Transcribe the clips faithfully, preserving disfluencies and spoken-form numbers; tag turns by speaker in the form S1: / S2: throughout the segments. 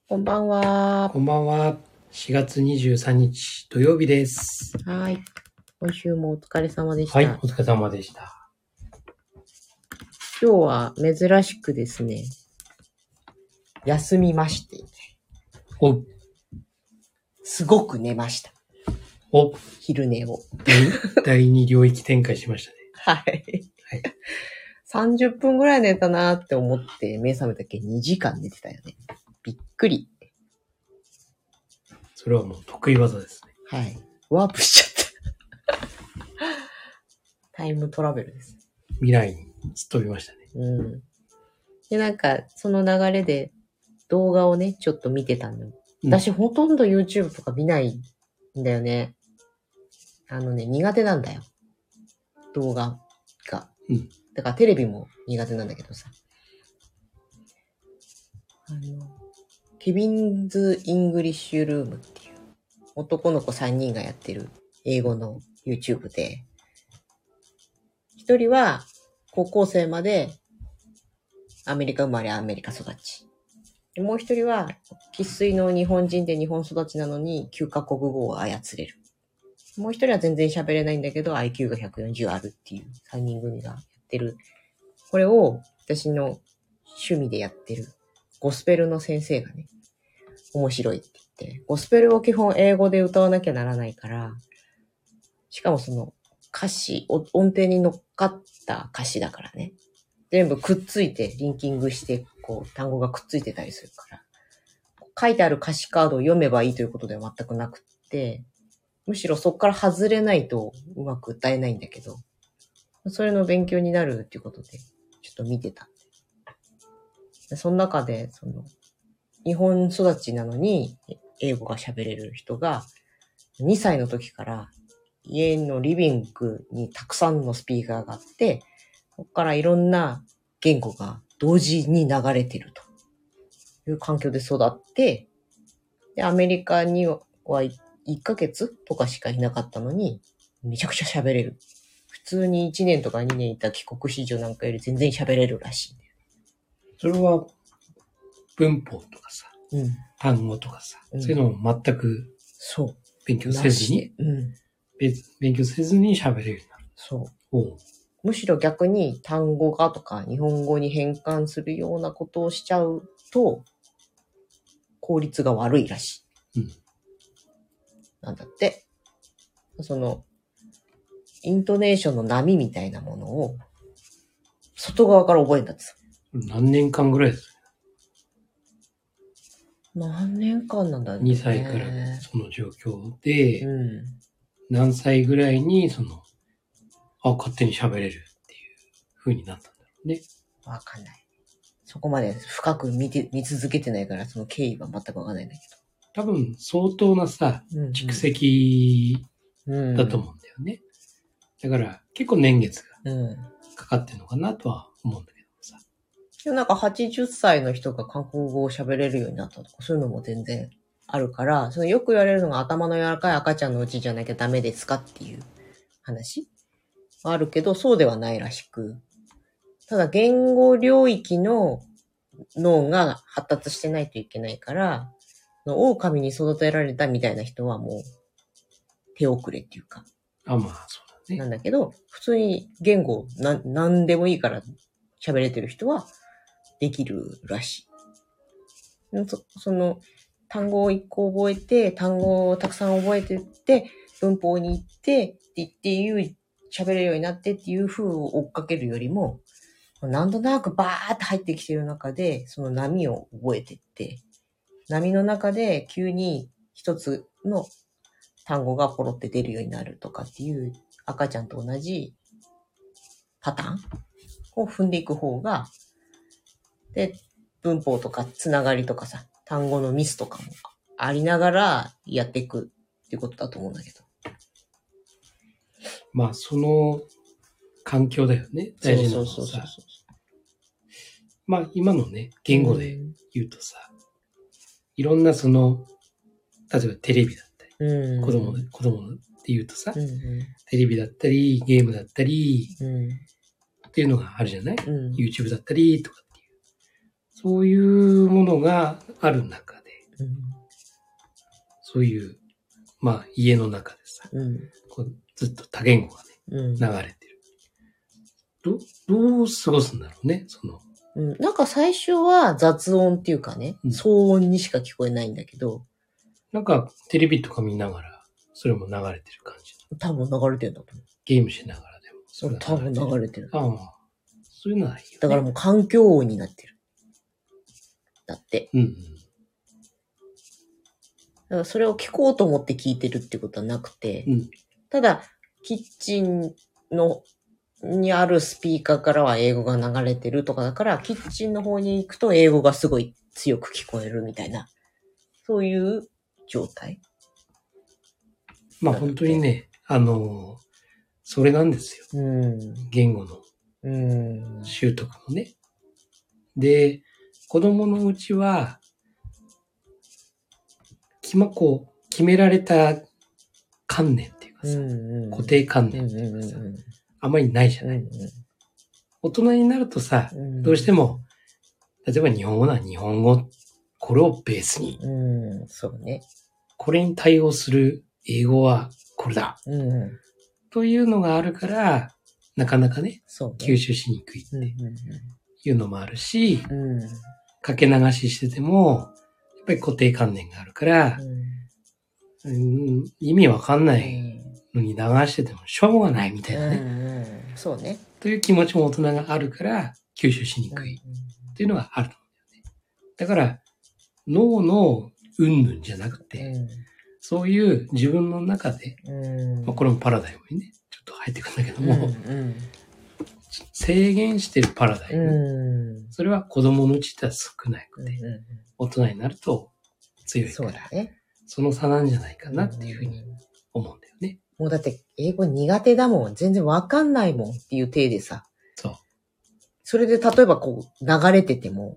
S1: こんばんは。
S2: こんばんは。しがつにじゅうさんにち土曜日です。
S1: はい。今週もお疲れ様でした。
S2: はい、お疲れ様でした。
S1: 今日は珍しくですね、休みまして、
S2: お、
S1: すごく寝ました。
S2: お、
S1: 昼寝を。
S2: 第二領域展開しましたね。
S1: はい。はい。さんじゅっぷんぐらい寝たなって思って目覚めたっけにじかん寝てたよね。びっくり。
S2: それはもう得意技ですね。
S1: はい。ワープしちゃった。タイムトラベルです。
S2: 未来にすっ飛びましたね。
S1: うん。で、なんか、その流れで動画をね、ちょっと見てたの。私、うん、ほとんど YouTube とか見ないんだよね。あのね、苦手なんだよ。動画が。
S2: うん。
S1: だからテレビも苦手なんだけどさ。あの、ケビンズ・イングリッシュルームっていう男の子さんにんがやってる英語の YouTube で、一人は高校生までアメリカ生まれアメリカ育ち。でもう一人は生粋の日本人で日本育ちなのにきゅうカ国語を操れる。もう一人は全然喋れないんだけど アイキュー がひゃくよんじゅうあるっていうさんにん組がやってる。これを私の趣味でやってるゴスペルの先生がね、面白いって言って、ゴスペルを基本英語で歌わなきゃならないから、しかもその歌詞、音程に乗っかった歌詞だからね、全部くっついてリンキングして、こう単語がくっついてたりするから、書いてある歌詞カードを読めばいいということでは全くなくって、むしろそこから外れないとうまく歌えないんだけど、それの勉強になるっていうことで、ちょっと見てた。その中で、その、日本育ちなのに英語が喋れる人が、にさいの時から家のリビングにたくさんのスピーカーがあって、ここからいろんな言語が同時に流れてるという環境で育って、で、アメリカにはいっかげつとかしかいなかったのに、めちゃくちゃ喋れる。普通にいちねんとかにねんいた帰国子女なんかより全然喋れるらしい。
S2: それは文法とかさ、
S1: うん、
S2: 単語とかさ、うん、そういうのを全くそう勉強せずに、うん、勉強せずに喋れるようになる。
S1: そう。おう。むしろ逆に単語がとか日本語に変換するようなことをしちゃうと効率が悪いらしい。うん、なんだって。その、イントネーションの波みたいなものを外側から覚えるんだってさ。
S2: 何年間ぐらいですか？
S1: 何年間なんだろうね。
S2: にさいからその状況で、うん、何歳ぐらいにその、あ、勝手に喋れるっていう風になったんだろうね。
S1: わかんない。そこまで深く見て、見続けてないからその経緯は全くわかんないんだけ
S2: ど。多分相当なさ、蓄積だと思うんだよね。うんうん、だから結構年月がかかってるのかなとは思うんだけどさ。
S1: でもなんかはちじゅっさいの人が韓国語を喋れるようになったとかそういうのも全然あるから、そのよく言われるのが頭の柔らかい赤ちゃんのうちじゃなきゃダメですかっていう話はあるけど、そうではないらしく、ただ言語領域の脳が発達してないといけないから、狼に育てられたみたいな人はもう手遅れっていうか。
S2: あ、まあそうだね。
S1: なんだけど、普通に言語な何でもいいから喋れてる人はできるらしい。そ, その単語を一個覚えて、単語をたくさん覚えてって、文法に行って、っていう喋れるようになってっていう風を追っかけるよりも、なんとなくバーって入ってきてる中で、その波を覚えてって、波の中で急に一つの単語がポロって出るようになるとかっていう赤ちゃんと同じパターンを踏んでいく方が、で、文法とかつながりとかさ、単語のミスとかもありながらやっていくっていうことだと思うんだけど。
S2: まあ、その環境だよね。大事なのはさ。そうそうそうそう。まあ、今のね、言語で言うとさ、いろんなその、例えばテレビだったり、うん、子供で、子供って言うとさ、うんうん、テレビだったり、ゲームだったり、うん、っていうのがあるじゃない、うん、?YouTube だったりとかっていう。そういうものがある中で、 そういう、まあ家の中でさ、
S1: うん、
S2: こうずっと多言語がね、
S1: うん、
S2: 流れてる。ど、どう過ごすんだろうね、その。
S1: うん。なんか最初は雑音っていうかね、
S2: うん、
S1: 騒音にしか聞こえないんだけど。
S2: なんかテレビとか見ながら、それも流れてる感じ。
S1: 多分流れてるんだと思う。
S2: ゲームしながらでも。
S1: それ多分流れてる。
S2: ああ。そういうのはいいよね。
S1: だからもう環境音になってる。だって。
S2: うんうん。
S1: だからそれを聞こうと思って聞いてるってことはなくて、
S2: うん、
S1: ただ、キッチンの、にあるスピーカーからは英語が流れてるとかだから、キッチンの方に行くと英語がすごい強く聞こえるみたいな、そういう状態。
S2: まあ本当にね、あの、それなんですよ。
S1: うん、
S2: 言語の
S1: うん、
S2: 習得のね。で、子供のうちは、きま、こう、決められた観念っていうかさ、うんうん、固定観念っていうかさ、うんうんうん、あまりないじゃない、うんうん。大人になるとさ、うん、どうしても、例えば日本語なら日本語、これをベースに、
S1: うん、そうね。
S2: これに対応する英語はこれだ、
S1: うん、と
S2: いうのがあるから、なかなかね、
S1: そうね
S2: 吸収しにくいっていうのもあるし、うん、かけ流ししてても、やっぱり固定観念があるから、うん、意味わかんないのに流しててもしょうがないみたいなね。
S1: うんうん、そうね。
S2: という気持ちも大人があるから吸収しにくいっていうのがあると思うんだよね。だから脳の云々じゃなくて、うん、そういう自分の中で、うんまあ、これもパラダイムにね、ちょっと入ってくるんだけども、うんうん、制限してるパラダイム、うん、それは子供のうちっては少なくて、うんうん、大人になると強いから、そうだね、その差なんじゃないかなっていうふうに思うんだよね。
S1: もうだって英語苦手だもん。全然わかんないもんっていう体でさ。
S2: そう。
S1: それで例えばこう流れてても、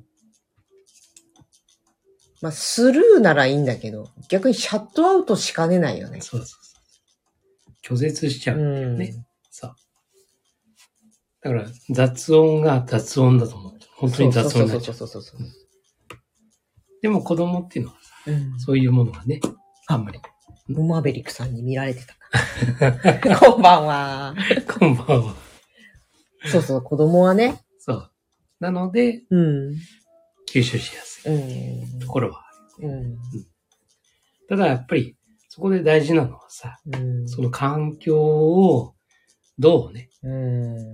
S1: まあスルーならいいんだけど、逆にシャットアウトしかねないよね。
S2: そうそうそう。拒絶しちゃうんだよね。うん、そう。だから雑音が雑音だと思って、本当に雑音になっちゃう。そうそうそうそうそう。でも子供っていうのはさ、うん、そういうものがね、あんまり。
S1: ムマベリックさんに見られてた。こんばんは。
S2: こんばんは。
S1: そうそう、子供はね。
S2: そう。なので、うん、吸収しやすいところはある、うんうん。ただやっぱり、そこで大事なのはさ、うん、その環境をどうね、うん、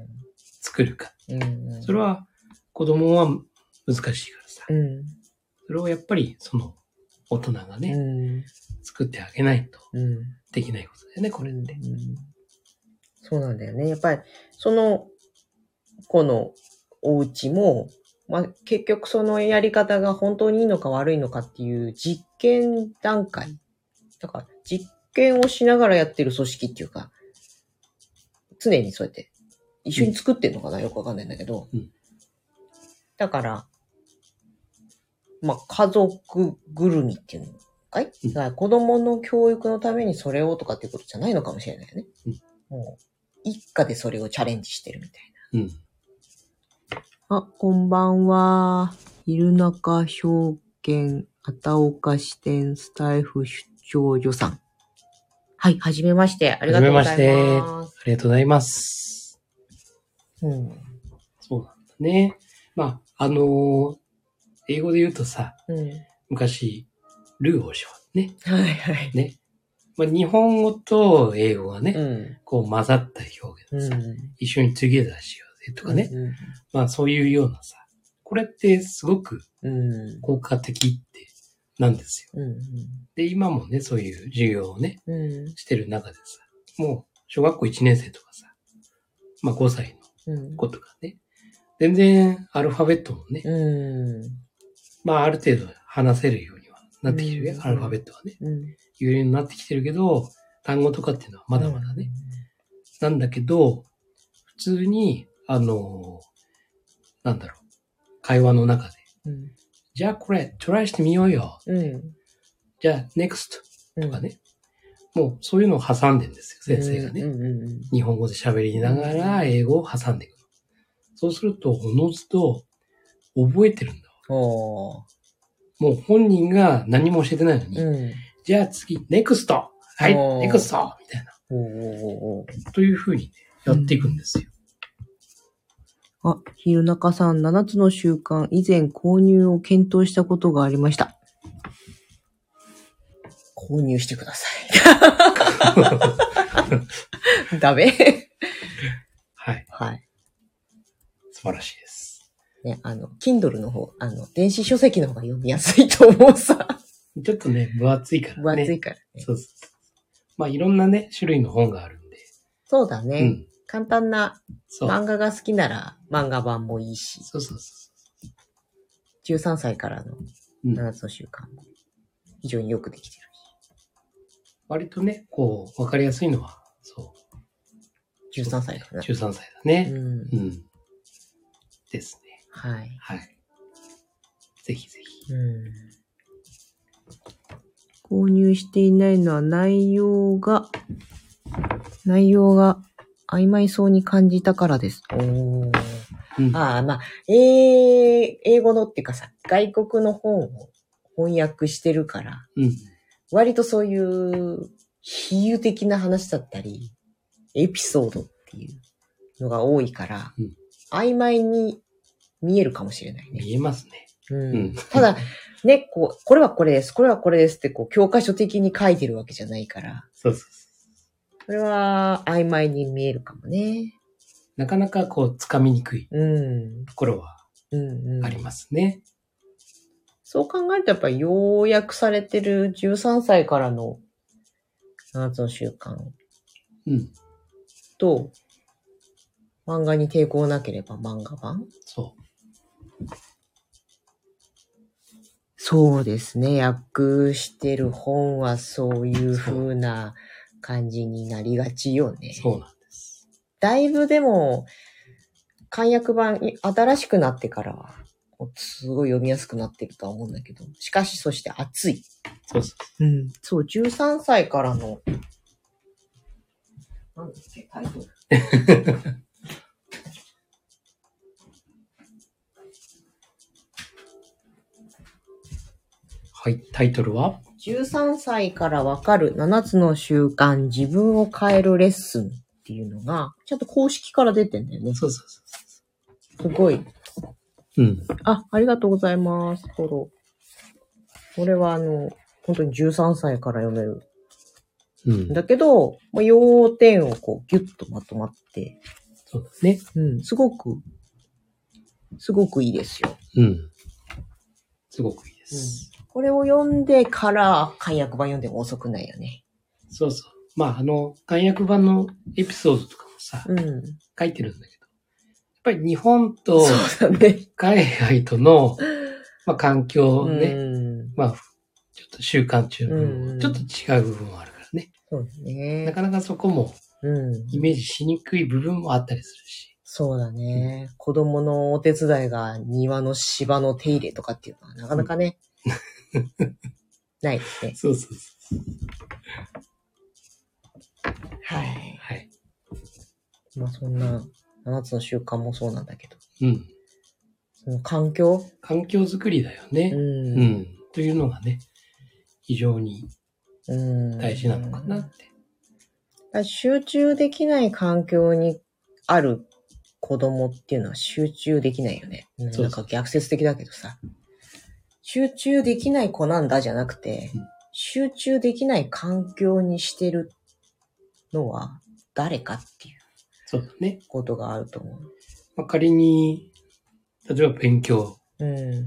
S2: 作るか、うん。それは子供は難しいからさ、うん、それをやっぱりその大人がね、うん、作ってあげないとできないことだよね、これって、うんうん。
S1: そうなんだよね。やっぱり、その、このお家も、まあ、結局そのやり方が本当にいいのか悪いのかっていう実験段階。だから、実験をしながらやってる組織っていうか、常にそうやって一緒に作ってんのかな、うん、よくわかんないんだけど。うん、だから、まあ、家族ぐるみっていうのかい、うん、だから子供の教育のためにそれをとかっていうことじゃないのかもしれないよね。うん、もう一家でそれをチャレンジしてるみたいな。うん、あ、こんばんは。昼中証券、あたおか支店スタイフ出張所さん。はい、はじめまして。ありがとうございます。はじめまして。
S2: ありがとうございます。うん。そうなんだね。まあ、あのー、英語で言うとさ、うん、昔、ルーをしようね。はいはい。ね。まあ、日本語と英語がね、うん、こう混ざった表現でさ、うん、一緒にトゥゲザーしようぜとかね、うんうん、まあそういうようなさ、これってすごく効果的ってなんですよ。うんうん、で、今もね、そういう授業をね、うん、してる中でさ、もう小学校いちねん生とかさ、まあごさいの子とかね、全然アルファベットもね、うん、まあある程度話せるようにはなってきてるよ、うん、アルファベットはね。うん言うようになってきてるけど、単語とかっていうのはまだまだね。うん、なんだけど、普通に、あの、なんだろう、会話の中で、うん、じゃあこれトライしてみようよ。うん、じゃあ next とかね、うん。もうそういうのを挟んでるんですよ、先生がね。うんうんうん、日本語で喋りながら英語を挟んでいくの。そうすると、おのずと覚えてるんだわ。 もう本人が何も教えてないのに、
S1: うん。
S2: じゃあ次、ネクストはい、
S1: おー
S2: ネクストみたいな。
S1: おーおーおー
S2: というふうにね、やっていくんですよ。
S1: あ、昼中さん、ななつの習慣、以前購入を検討したことがありました。購入してください。ダメ
S2: はい。
S1: はい。
S2: 素晴らしいです。
S1: ね、あの、Kindle の方、あの、電子書籍の方が読みやすいと思うさ。
S2: ちょっとね、分厚いからね。
S1: 分厚いからね。
S2: そうそうそう。まあ、いろんなね、種類の本があるんで。
S1: そうだね。
S2: うん。
S1: 簡単な
S2: そう。
S1: 漫画が好きなら漫画版もいいし、
S2: そうそうそう。
S1: じゅうさんさいからの
S2: うん。
S1: ななつの習慣も非常によくできてるし。
S2: 割とね、こう、わかりやすいのは、そう。
S1: じゅうさんさいかな。
S2: じゅうさんさいだね。
S1: うん。
S2: うん。ですね。
S1: はい。
S2: はい。ぜひぜひ。
S1: うん。購入していないのは内容が、内容が曖昧そうに感じたからです。おー。
S2: うん、
S1: ああ、まあ、えー、英語のっていうかさ、外国の本を翻訳してるから、
S2: うん、
S1: 割とそういう比喩的な話だったり、エピソードっていうのが多いから、
S2: うん、
S1: 曖昧に見えるかもしれないね。
S2: 見えますね。
S1: うん
S2: うん、
S1: ただ、ね、こう、これはこれです、これはこれですって、こう、教科書的に書いてるわけじゃないから、
S2: そうそうそう。
S1: それは曖昧に見えるかもね。
S2: なかなかこう、つかみにくい
S1: うん。
S2: ところは
S1: うんうん、
S2: ありますね。
S1: そう考えるとやっぱり要約されてるじゅうさんさいからのななつの習慣
S2: うん。
S1: と、漫画に抵抗なければ漫画版？
S2: そう。
S1: そうですね。訳してる本はそういう風な感じになりがちよね。
S2: そうなんです。
S1: だいぶでも、漢訳版新しくなってからは、すごい読みやすくなってるとは思うんだけど、しかしそして熱い。
S2: そうそう。
S1: うん。そう、じゅうさんさいからの、なんだっけ、タイトル。
S2: はい、タイトルは
S1: じゅうさんさいからわかるななつの習慣、自分を変えるレッスンっていうのが、ちゃんと公式から出てんだよね。
S2: そうそうそう。
S1: すごい。
S2: うん。
S1: あ、ありがとうございます。フォロー。これはあの、本当にじゅうさんさいから読める。
S2: うん。
S1: だけど、まあ、要点をこうギュッとまとまって、
S2: そうだね。
S1: うん、すごく、すごくいいですよ。
S2: うん。すごくいいです。
S1: うん、これを読んでから漢訳版読んでも遅くないよね。
S2: そうそう。まあ、あの、漢訳版のエピソードとかもさ、
S1: うん、
S2: 書いてるんだけど、やっぱり日本と
S1: そうだね。
S2: 海外との、まあ、環境ね、
S1: うん、
S2: まあ、ちょっと習慣っていうのも、
S1: うん、
S2: ちょっと違う部分もあるからね。
S1: そうですね。
S2: なかなかそこも、イメージしにくい部分もあったりするし。
S1: そうだね。子供のお手伝いが庭の芝の手入れとかっていうのはなかなかね、ないですね。
S2: そうそうそう。
S1: はい。
S2: はい。
S1: まあそんなななつの習慣もそうなんだけど。
S2: うん。
S1: その環境
S2: 環境づくりだよね。
S1: うん。
S2: うん。というのがね、非常に大事なのかなって。
S1: 集中できない環境にある子供っていうのは集中できないよね。そうそう、なんか逆説的だけどさ。集中できない子なんだじゃなくて、うん、集中できない環境にしてるのは誰かっていう。
S2: そうだね。
S1: ことがあると思う。
S2: まあ、仮に、例えば勉強、
S1: うん、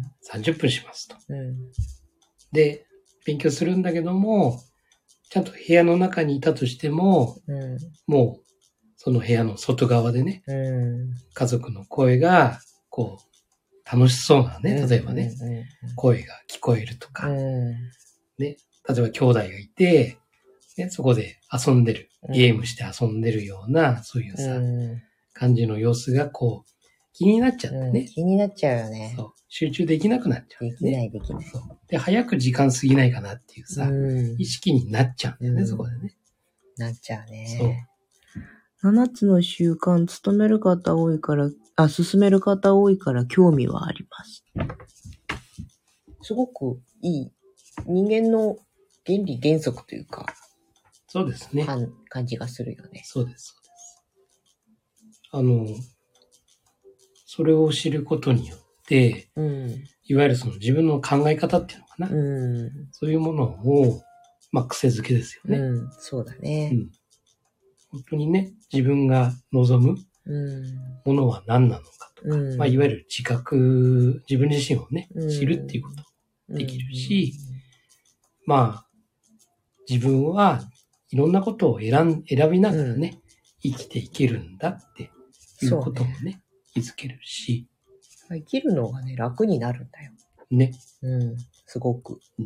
S2: さんじゅっぷんしますと、
S1: うん。
S2: で、勉強するんだけども、ちゃんと部屋の中にいたとしても、
S1: うん、
S2: もう、その部屋の外側でね、
S1: うん、
S2: 家族の声が、こう、楽しそうなね、例えばね、うんうんうん、声が聞こえるとか、うん、ね、例えば兄弟がいて、ね、そこで遊んでる、ゲームして遊んでるような、うん、そういうさ、うん、感じの様子がこう、気になっちゃってね、うん。
S1: 気になっちゃうよね。
S2: そう。集中できなくなっちゃう、ね。
S1: できないできない。
S2: そうで、早く時間過ぎないかなっていうさ、
S1: うん、
S2: 意識になっちゃうんだよね、うん、そこでね。
S1: なっちゃうね。そう。ななつの習慣、勤める方多いから、あ、進める方多いから興味はあります。 すごくいい人間の原理原則というか、
S2: そうですね。
S1: 感じがするよね。
S2: そうです、そうです。あの、それを知ることによって、
S1: うん、
S2: いわゆるその自分の考え方っていうのかな。
S1: うん、
S2: そういうものを、まあ、癖づけですよね。
S1: うん、そうだね。
S2: うん。本当にね、自分が望むものは何なのかとか、うん、まあ、いわゆる自覚、自分自身をね、知るっていうこともできるし、うん、まあ、自分はいろんなことを選ん、選びながらね、うん、生きていけるんだっていうこともね、ね気づけるし。
S1: 生きるのがね、楽になるんだよ。
S2: ね。
S1: うん、すごく。うん、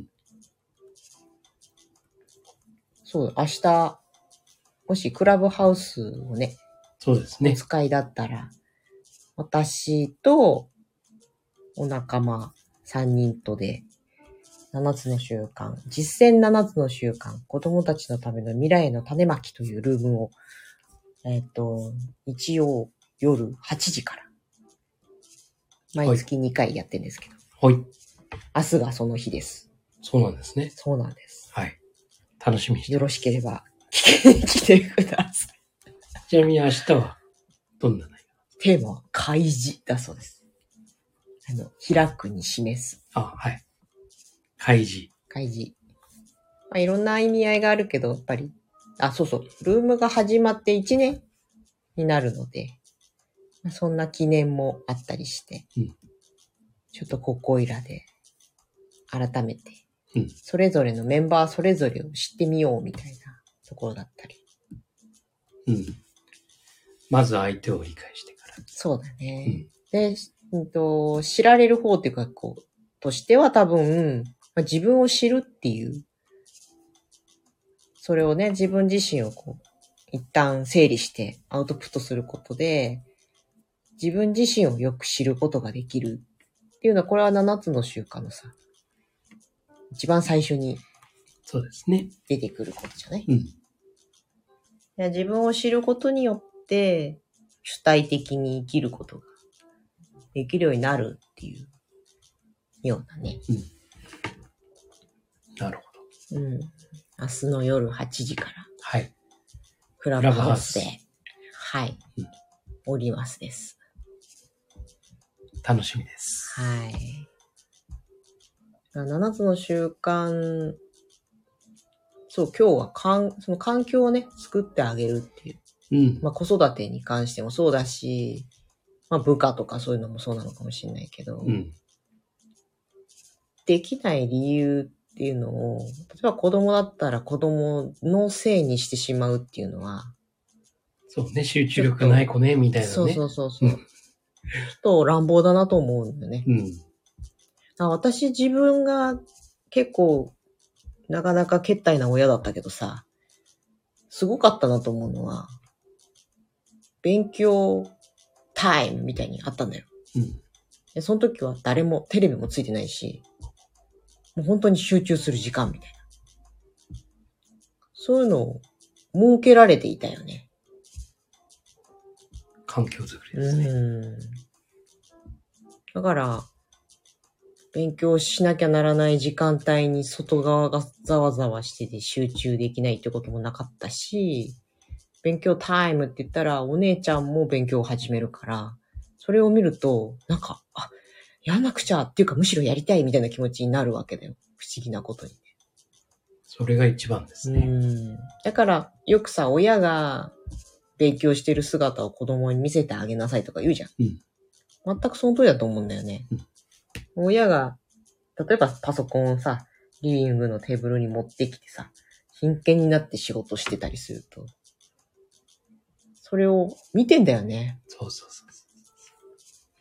S1: そう、明日、もしクラブハウスをね、
S2: そうですね。
S1: お使いだったら、私とお仲間さんにんとで、ななつの習慣、実践ななつの習慣、子供たちのための未来への種まきというルームを、えっと、日曜夜はちじから、毎月にかいやってるんですけど。
S2: はい。
S1: 明日がその日です。
S2: そうなんですね。
S1: そうなんです。
S2: はい。楽しみにして
S1: よろしければ聞きに来てください。
S2: ちなみに明日はどんな内容？
S1: テーマは開示だそうです。あの、開くに示す。
S2: あ、はい。開示。
S1: 開示。まあ、いろんな意味合いがあるけど、やっぱり、あ、そうそう、ルームが始まっていちねんになるので、まあ、そんな記念もあったりして、うん、ちょっとここいらで、改めて、うん、それぞれのメンバーそれぞれを知ってみようみたいなところだったり。
S2: うん。まず相手を理解してから。
S1: そうだね。うん、で、うんと、知られる方っていうか、こう、としては多分、まあ、自分を知るっていう、それをね、自分自身をこう、一旦整理してアウトプットすることで、自分自身をよく知ることができるっていうのは、これはななつの習慣のさ、一番最初に
S2: そうですね。
S1: 出てくることじゃない？
S2: うん。
S1: いや、自分を知ることによって、主体的に生きることができるようになるっていうようなね。
S2: うん。なるほ
S1: ど。うん。明日の夜はちじから。
S2: はい。
S1: クラブハウスで。はい。うん、おりますです。
S2: 楽しみです。
S1: はい。ななつの習慣、そう、今日はかん、その環境をね、作ってあげるっていう。うん。まあ子育てに関してもそうだし、まあ部下とかそういうのもそうなのかもしれないけど、うん、できない理由っていうのを、例えば子供だったら子供のせいにしてしまうっていうのは、
S2: そうね、集中力ない子ね、みたいなね。
S1: そうそうそうそう。ちょっと乱暴だなと思うんだよね。うん。私自分が結構、なかなかけったいな親だったけどさ、すごかったなと思うのは、勉強タイムみたいにあったんだよ。うん。でその時は誰も、テレビもついてないし、もう本当に集中する時間みたいな。そういうのを設けられていたよね。
S2: 環境づくりですね。
S1: うん。だから、勉強しなきゃならない時間帯に外側がざわざわしてて集中できないってこともなかったし、勉強タイムって言ったらお姉ちゃんも勉強を始めるから、それを見ると、なんか、あ、やらなくちゃっていうかむしろやりたいみたいな気持ちになるわけだよ。不思議なことにね。
S2: それが一番ですね。
S1: うん。だからよくさ、親が勉強してる姿を子供に見せてあげなさいとか言うじゃん。うん、全くその通りだと思うんだよね。うん、親が、例えばパソコンをさ、リビングのテーブルに持ってきてさ、真剣になって仕事してたりすると、それを見てんだよね。
S2: そうそうそう。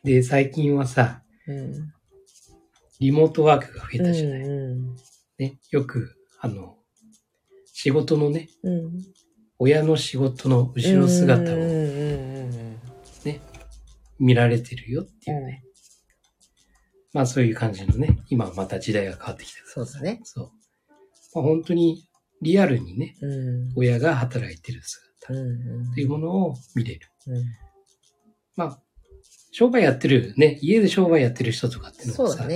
S2: で、最近はさ、うん、リモートワークが増えたじゃない。うんうん、ね、よく、あの、仕事のね、うん、親の仕事の後ろ姿を、ね、見られてるよっていうね。うん、まあそういう感じのね、今また時代が変わってきてる。
S1: そうですね。
S2: そう。まあ、本当にリアルにね、うん、親が働いてる姿というものを見れる。うん、まあ、商売やってるね、家で商売やってる人とかっていうのもさ、そうだね、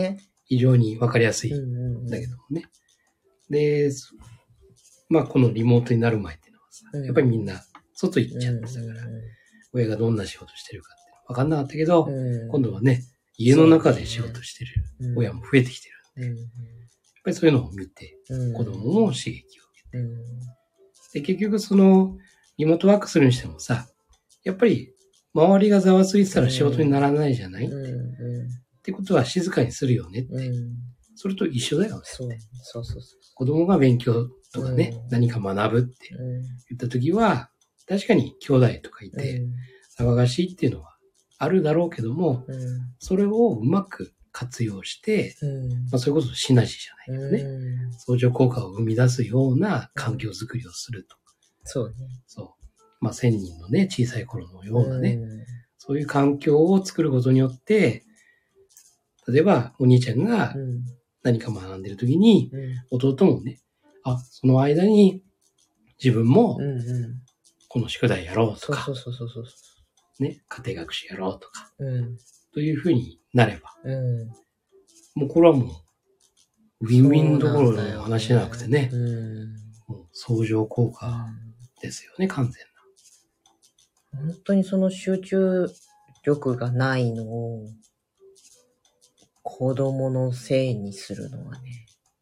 S2: 非常にわかりやすいんだけどもね。で、まあこのリモートになる前っていうのはさ、うん、やっぱりみんな外行っちゃってたから、うん、親がどんな仕事してるかってわかんなかったけど、うん、今度はね、家の中で仕事してる親も増えてきてるんで、うん、やっぱりそういうのを見て、子供も刺激を受けて、うん、で、結局そのリモートワークするにしてもさ、やっぱり周りがざわついてたら仕事にならないじゃない、うんうん、ってことは静かにするよねって、うん、それと一緒だよね。
S1: そうそうそうそう。
S2: 子供が勉強とかね、うん、何か学ぶって言ったときは、確かに兄弟とかいて、騒がしいっていうのはあるだろうけども、うん、それをうまく活用して、うんまあ、それこそシナジーじゃないけどね、うん、相乗効果を生み出すような環境づくりをすると。
S1: そうね。
S2: そう。まあ、千人のね、小さい頃のようなね、うん、そういう環境を作ることによって、例えばお兄ちゃんが何か学んでるときに、弟もね、あ、その間に自分もこの宿題やろうとか、
S1: そうそうそうそう
S2: ね、家庭学習やろうとか、
S1: うん、
S2: というふうになれば、
S1: うん、
S2: もうこれはもうウィンウィンどころの話じゃなくてね、
S1: うん、
S2: もう相乗効果ですよね、完全
S1: な。本当にその集中力がないのを子供のせいにするのはね、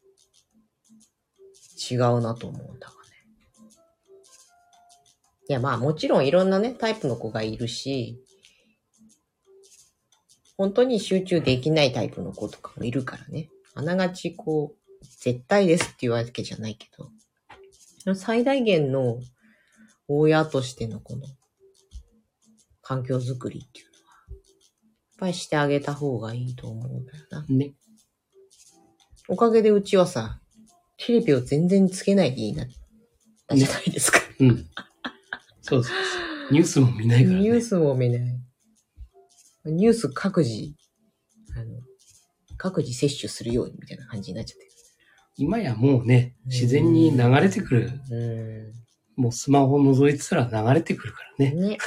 S1: 違うなと思うんだがね。いやまあもちろんいろんなねタイプの子がいるし、本当に集中できないタイプの子とかもいるからね。あながちこう絶対ですっていうわけじゃないけど、最大限の親としてのこの環境づくりっていうのはやっぱりしてあげた方がいいと思うんだよな。
S2: ね。
S1: おかげでうちはさ、テレビを全然つけないでいいなったじゃないですか。
S2: ね、うん。そうそうそう。ニュースも見ないからね。
S1: ニュースも見ない。ニュース各自、あの、各自摂取するようにみたいな感じになっちゃってる。
S2: 今やもうね、自然に流れてくる。うん、もうスマホを覗いてたら流れてくるからね。ね。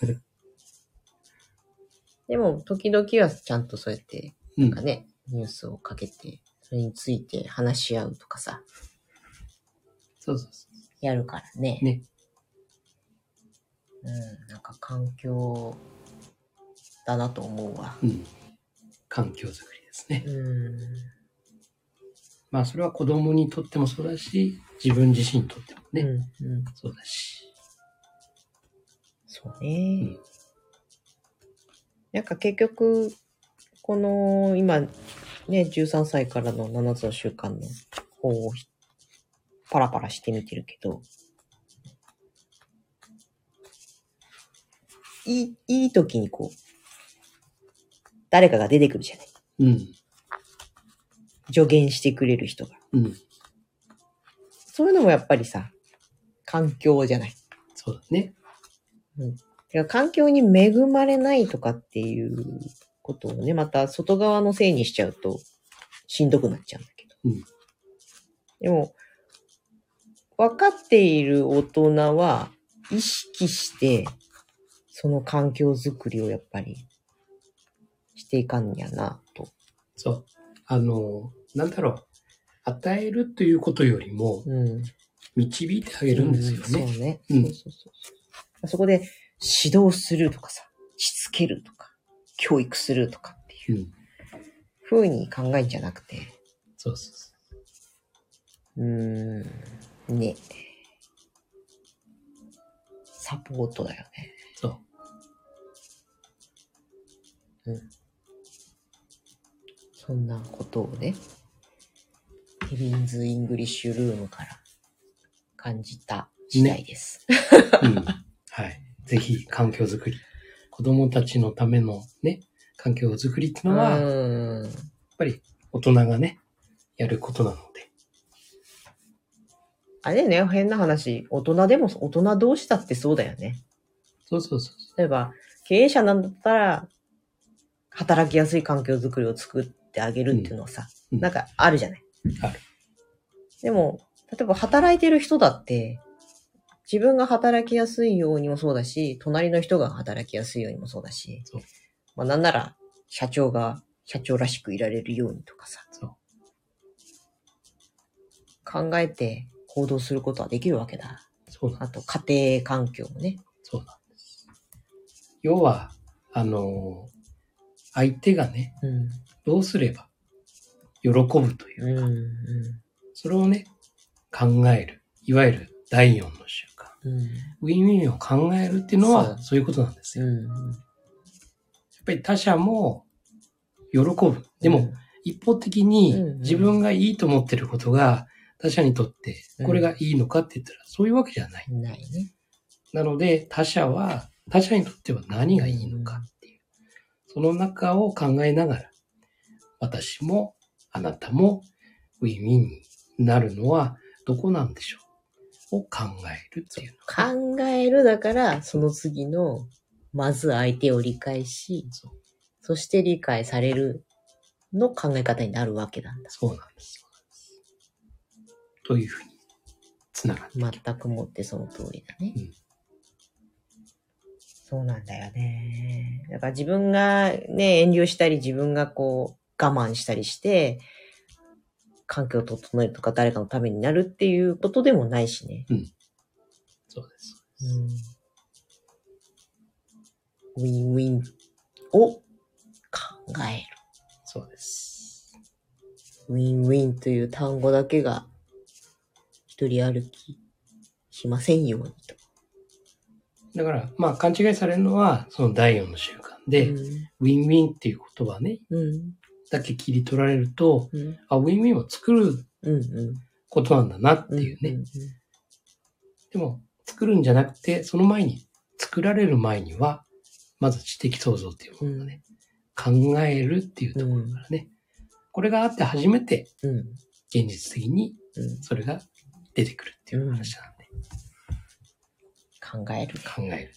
S1: でも、時々はちゃんとそうやって、なんかね、うん、ニュースをかけて、それについて話し合うとかさ。
S2: そうそうそう。
S1: やるからね。
S2: ね。
S1: うん、なんか環境だなと思うわ。
S2: うん。環境づくりですね。
S1: うん。
S2: まあ、それは子供にとってもそうだし、自分自身にとってもね。
S1: うんうん、
S2: そうだし。
S1: そうね。うん、なんか結局、この今ね、じゅうさんさいからのななつの習慣の方をパラパラしてみてるけど、いい、いい時にこう、誰かが出てくるじゃない。
S2: うん。
S1: 助言してくれる人が。
S2: うん。
S1: そういうのもやっぱりさ、環境じゃない。
S2: そうだね。
S1: うん。てか環境に恵まれないとかっていうことをね、また外側のせいにしちゃうとしんどくなっちゃうんだけど。
S2: うん。
S1: でも、分かっている大人は意識してその環境づくりをやっぱりしていかんやなと。
S2: そう。あの、なんだろう。与えるということよりも、
S1: うん、
S2: 導いてあげるんですよね。
S1: うん、そうね。うん、そうそうそう。そこで指導するとかさ、しつけるとか、教育するとかっていう風に考えんじゃなくて。
S2: そうそうそう。
S1: うーん、ね。サポートだよね。
S2: そう。
S1: うん。そんなことをね、ケビンズ・イングリッシュルームから感じた次第です。
S2: ねうん、はい。ぜひ環境づくり。子供たちのためのね、環境づくりっていうのは、
S1: うん
S2: やっぱり大人がね、やることなので。
S1: あれね、変な話。大人でも大人同士だってそうだよね。
S2: そうそうそう。
S1: 例えば、経営者なんだったら、働きやすい環境づくりを作ってあげるっていうのはさ、うん、なんかあるじゃない。
S2: ある。
S1: でも、例えば働いてる人だって、自分が働きやすいようにもそうだし、隣の人が働きやすいようにもそうだし、
S2: そう
S1: まあなんなら社長が社長らしくいられるようにとかさ。
S2: そう。
S1: 考えて行動することはできるわけだ。
S2: そうなんです。
S1: あと、家庭環境もね。
S2: そうなんです。要は、あの、相手がね、
S1: うん、
S2: どうすれば喜ぶというか、
S1: うんうん、
S2: それをね、考える。いわゆるだいよんの習慣。
S1: うん、
S2: ウィンウィンを考えるっていうのは、
S1: そう、
S2: そういうことなんですよ。
S1: うん、
S2: やっぱり他者も喜ぶ。でも、
S1: うん、
S2: 一方的に自分がいいと思ってることが他者にとってこれがいいのかって言ったら、そういうわけじゃない。
S1: ないね。
S2: なので、他者は、他者にとっては何がいいのかっていう。その中を考えながら、私もあなたもウィンウィンになるのはどこなんでしょうを考えるっていうの。
S1: 考えるだから、その次の、まず相手を理解し、
S2: そう。
S1: そして理解されるの考え方になるわけなんだ。
S2: そうなんです。というふうにつながっていく。
S1: 全くもってその通りだね。
S2: うん、
S1: そうなんだよね。だから自分がね、遠慮したり自分がこう我慢したりして、環境を整えるとか誰かのためになるっていうことでもないしね。
S2: うん。そうです。
S1: うん、ウィンウィンを考える。
S2: そうです。
S1: ウィンウィンという単語だけが一人歩きしませんようにと。
S2: だから、まあ勘違いされるのは、そのだいよんの習慣で、うん、ウィンウィンっていう言葉ね、うん、だけ切り取られると、うん、あ、ウィンウィンを作ることなんだなっていうね。うんうんうん、でも、作るんじゃなくて、その前に、作られる前には、まず知的創造っていうものがね、うん、考えるっていうところからね、うん、これがあって初めて、現実的にそれが出てくるっていう話なんで。
S1: 考える。
S2: 考えるです。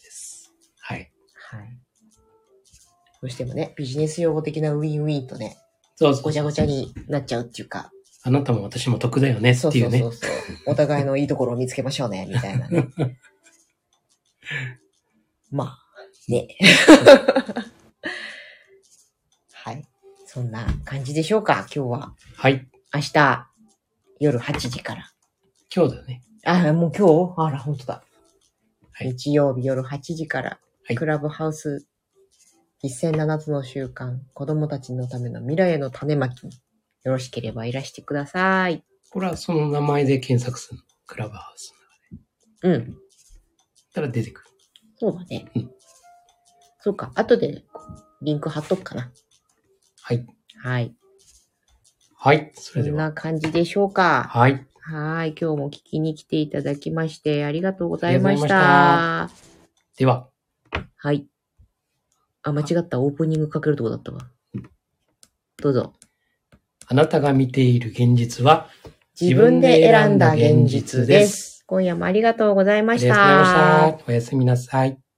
S2: はい。
S1: はい。どうしてもね、ビジネス用語的なウィンウィンとね、
S2: そうそうそう
S1: ごちゃごちゃになっちゃうっていうか。
S2: あなたも私も得だよねっていうね。
S1: そうそうそうそう。お互いのいいところを見つけましょうね、みたいなね。まあ、ね。はい。そんな感じでしょうか、今日は。
S2: はい。
S1: 明日、夜はちじから。
S2: 今日だね。
S1: あ、もう今日あら、本当だ。
S2: はい、
S1: 日曜日夜はちじから、
S2: はい、
S1: クラブハウスせんななつの習慣、子供たちのための未来への種まきによろしければいらしてください。
S2: これはその名前で検索するの。クラブハウス
S1: の中で。うん。
S2: たら出てくる。
S1: そうだね。
S2: うん。
S1: そうか。後でリンク貼っとくかな。
S2: はい。
S1: はい。
S2: はい。それでは。
S1: こんな感じでしょうか。
S2: はい。
S1: はい。今日も聞きに来ていただきましてありがとうございました。
S2: ありがとうございました。では。
S1: はい。あ、間違った。オープニングかけるとこだったわ。うん、どうぞ。
S2: あなたが見ている現実は
S1: 自分で選んだ現実です。今夜もありがとうございました。
S2: ありがとうございました。おやすみなさい。